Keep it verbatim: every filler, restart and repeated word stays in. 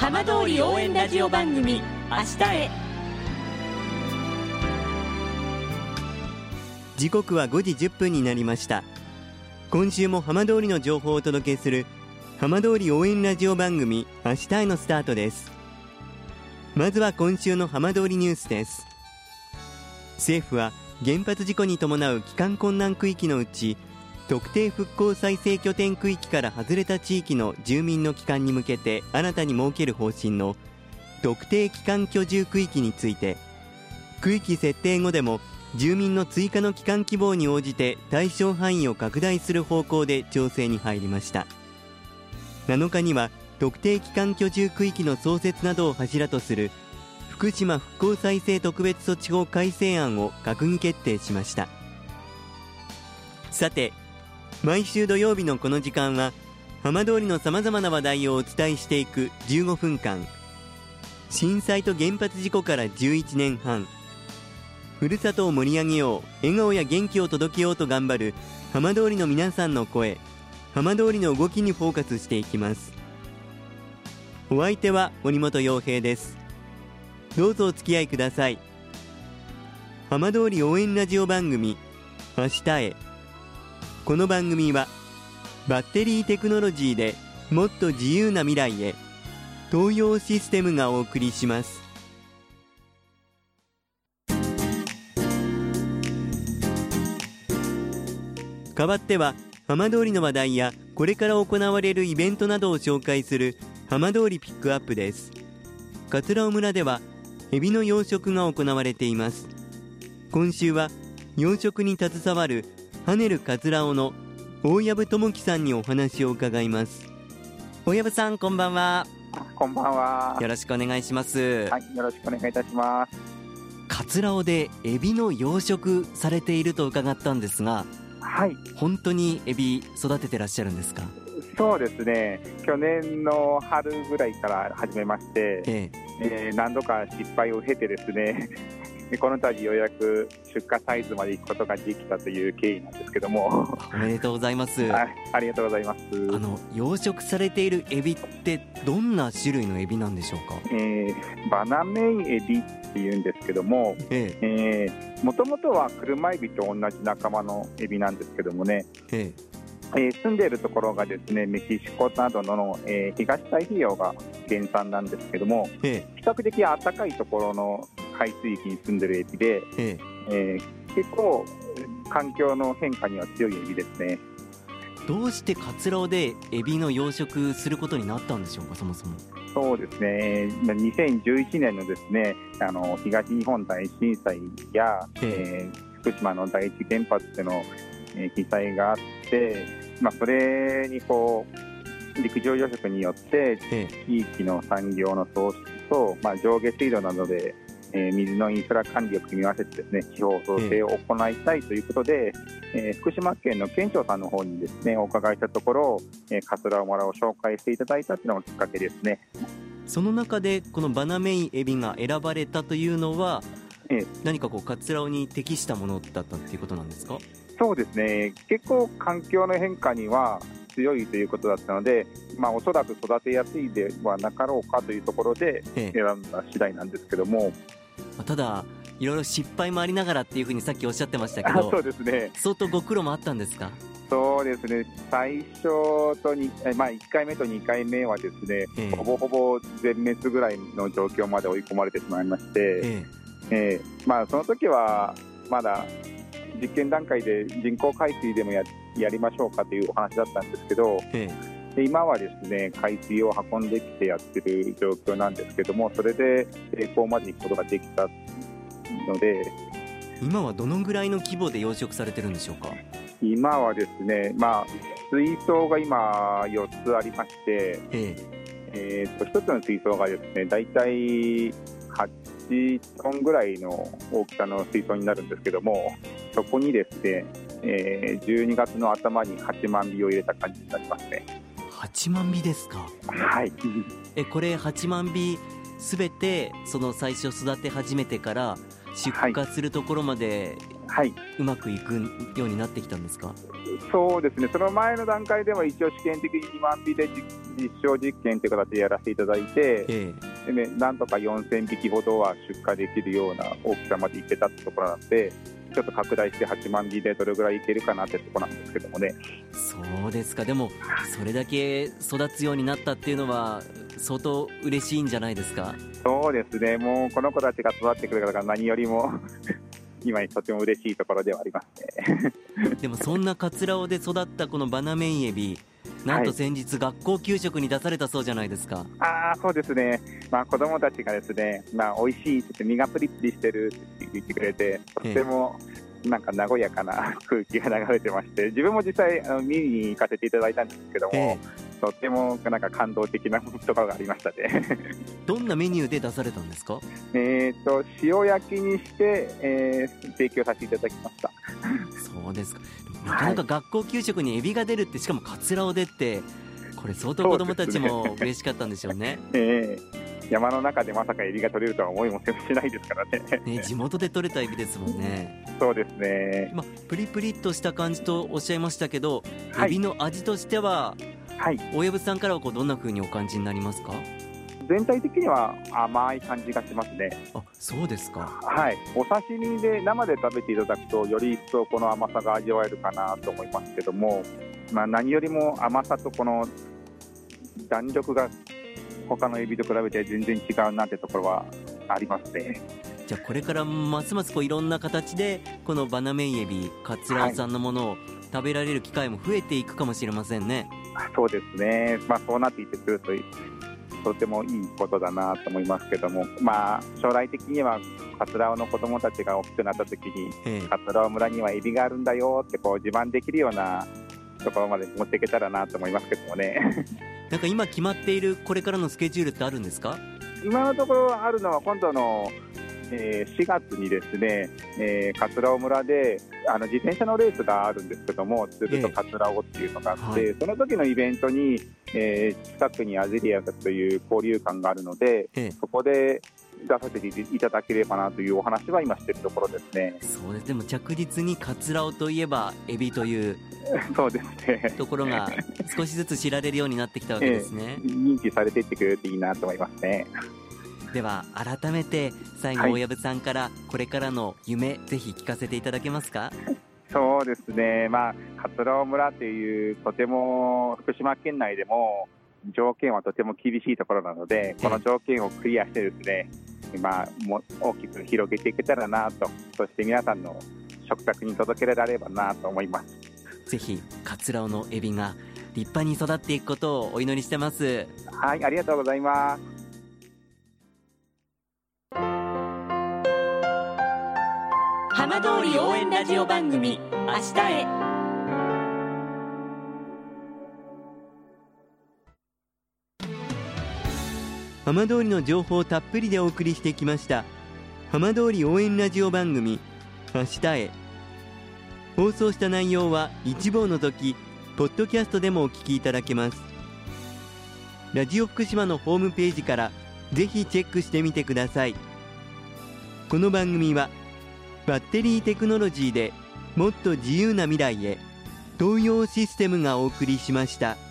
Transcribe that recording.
浜通り応援ラジオ番組明日へ。 時刻はごじじゅっぷんになりました。今週も浜通りの情報をお届けする浜通り応援ラジオ番組明日へのスタートです。まずは今週の浜通りニュースです。政府は原発事故に伴う帰還困難区域のうち特定復興再生拠点区域から外れた地域の住民の帰還に向けて新たに設ける方針の特定帰還居住区域について、区域設定後でも住民の追加の帰還希望に応じて対象範囲を拡大する方向で調整に入りました。なのかには特定帰還居住区域の創設などを柱とする福島復興再生特別措置法改正案を閣議決定しました。さて、毎週土曜日のこの時間は浜通りのさまざまな話題をお伝えしていくじゅうごふんかん、震災と原発事故からじゅういちねんはん、ふるさとを盛り上げよう、笑顔や元気を届けようと頑張る浜通りの皆さんの声、浜通りの動きにフォーカスしていきます。お相手は森本洋平です。どうぞお付き合いください。浜通り応援ラジオ番組明日へ。この番組はバッテリーテクノロジーでもっと自由な未来へ、東洋システムがお送りします。代わっては浜通りの話題やこれから行われるイベントなどを紹介する浜通りピックアップです。葛尾村ではエビの養殖が行われています。今週は養殖に携わるハネル葛尾の大藪智樹さんにお話を伺います。大藪さん、こんばんは。 こんばんは。 よろしくお願いします。 はい、よろしくお願いいたします。 葛尾でエビの養殖されていると伺ったんですが、 はい、 本当にエビ育ててらっしゃるんですか？ そうですね、去年の春ぐらいから始めまして、 えええー、何度か失敗を経てですねこの度ようやく出荷サイズまで行くことができたという経緯なんですけどもおめでとうございます。 はい、ありがとうございます。 あの養殖されているエビってどんな種類のエビなんでしょうか？ えー、バナメイエビっていうんですけども、 えええー、もともとは車エビと同じ仲間のエビなんですけどもね、 ええー、住んでいるところがですね、メキシコなどの、えー、東太平洋が原産なんですけども、 え比較的暖かいところの海水域に住んでいるエビで、 ええー、結構環境の変化には強いエビですね。 どうして葛尾でエビの養殖することになったんでしょうか？そもそも。 そうですね、にせんじゅういちねんのですね、あの東日本大震災や、えー、福島の第一原発での被災があって、まあ、それにこう陸上養殖によって地域の産業の創出と、まあ、上下水道などで、えー、水のインフラ管理を組み合わせてですね、地方創生を行いたいということで、えー、福島県の県庁さんの方にですねお伺いしたところ、えー、葛尾村を紹介していただいたというのがきっかけですね。 その中でこのバナメイエビが選ばれたというのは、えー、何かこう葛尾に適したものだったっていうことなんですか？ そうですね、結構環境の変化には強いということだったので、まあ、おそらく育てやすいではなかろうかというところで選んだ次第なんですけども、 ええ、ただいろいろ失敗もありながらっていうふうにさっきおっしゃってましたけど、 そうですね、 相当ご苦労もあったんですか？ そうですね、最初とに、まあ、いっかいめとにかいめはですね、ええ、ほぼほぼ全滅ぐらいの状況まで追い込まれてしまいまして、ええええまあ、その時はまだ実験段階で人工海水でも や, やりましょうかというお話だったんですけど、ええ、で今はですね海水を運んできてやってる状況なんですけども、それで成功まで行くことができたので。 今はどのぐらいの規模で養殖されてるんでしょうか？ 今はですね、まあ、水槽が今よっつありまして、えええー、とひとつの水槽がですねだいたいはちトンぐらいの大きさの水槽になるんですけども、そこにですね、えー、じゅうにがつの頭にはちまんびを入れた感じになりますね。 はちまんびですか？ はい。 えこれはちまんびすべてその最初育て始めてから出荷するところまではい、 うまくいくようになってきたんですか？ そうですね、その前の段階でも一応試験的ににまんびで実証実験という形でやらせていただいて、ええでね、なんとかよんせんびきほどは出荷できるような大きさまでいってたってところなので、ちょっと拡大してはちまんびでどれぐらいいけるかなってところなんですけどもね。 そうですか。でもそれだけ育つようになったっていうのは相当嬉しいんじゃないですか？ そうですね、もうこの子たちが育ってくれたから何よりも今にとても嬉しいところではありますねでもそんな葛尾で育ったこのバナメイエビ、なんと先日学校給食に出されたそうじゃないですか。 ああ、そうですね、まあ、子どもたちがですね、まあ、美味しいって身がプリプリしてるって言ってくれて、とてもなんか和やかな空気が流れてまして、自分も実際あの見に行かせていただいたんですけども、とてもなんか感動的なところがありましたねどんなメニューで出されたんですか？ えーと塩焼きにして、えー、提供させていただきましたそうですか。なかなか学校給食にエビが出るって、しかもカツラを出ってこれ相当子どもたちも嬉しかったんでしょうね。 えー、山の中でまさかエビが取れるとは思いもしないですからねね、地元で取れたエビですもんね。 そうですね、 今プリプリっとした感じとおっしゃいましたけど、 はい、 エビの味としては、はい、大藪さんからはこうどんな風にお感じになりますか？ 全体的には甘い感じがしますね。 あ、そうですか。 はい、お刺身で生で食べていただくとより一層この甘さが味わえるかなと思いますけども、まあ、何よりも甘さとこの弾力が他のエビと比べて全然違うなってところはありますね。 じゃあこれからますますこういろんな形でこのバナメイエビ、桂尾さんのものを食べられる機会も増えていくかもしれませんね。 はい、そうですね、まあ、そうなっていってくるととてもいいことだなと思いますけども、まあ、将来的には桂尾の子どもたちが大きくなった時に、桂尾村にはエビがあるんだよってこう自慢できるようなところまで持っていけたらなと思いますけどもねなんか今決まっているこれからのスケジュールってあるんですか？ 今のところあるのは今度のえー、しがつにですね、えー、桂尾村であの自転車のレースがあるんですけども、鶴と桂尾っていうのがあって、えーはい、その時のイベントに、えー、近くにアゼリアという交流館があるので、えー、そこで出させていただければなというお話は今しているところですね。 そうです。でも着実に桂尾といえばエビというそうですね、 ところが少しずつ知られるようになってきたわけですね。 えー、認知されていってくれるといいなと思いますね。 では改めて最後、大藪さんからこれからの夢、はい、ぜひ聞かせていただけますか？ そうですね、まあ、桂尾村というとても福島県内でも条件はとても厳しいところなので、この条件をクリアしてですね、まあ、もう大きく広げていけたらなと、そして皆さんの食卓に届けられればなと思います。 ぜひ桂尾のエビが立派に育っていくことをお祈りしてます。 はい、ありがとうございます。 浜通り応援ラジオ番組明日へ。 浜通りの情報をたっぷりでお送りしてきました浜通り応援ラジオ番組明日へ。放送した内容は一部を除きポッドキャストでもお聞きいただけます。ラジオ福島のホームページからぜひチェックしてみてください。この番組はバッテリーテクノロジーでもっと自由な未来へ、東洋システムがお送りしました。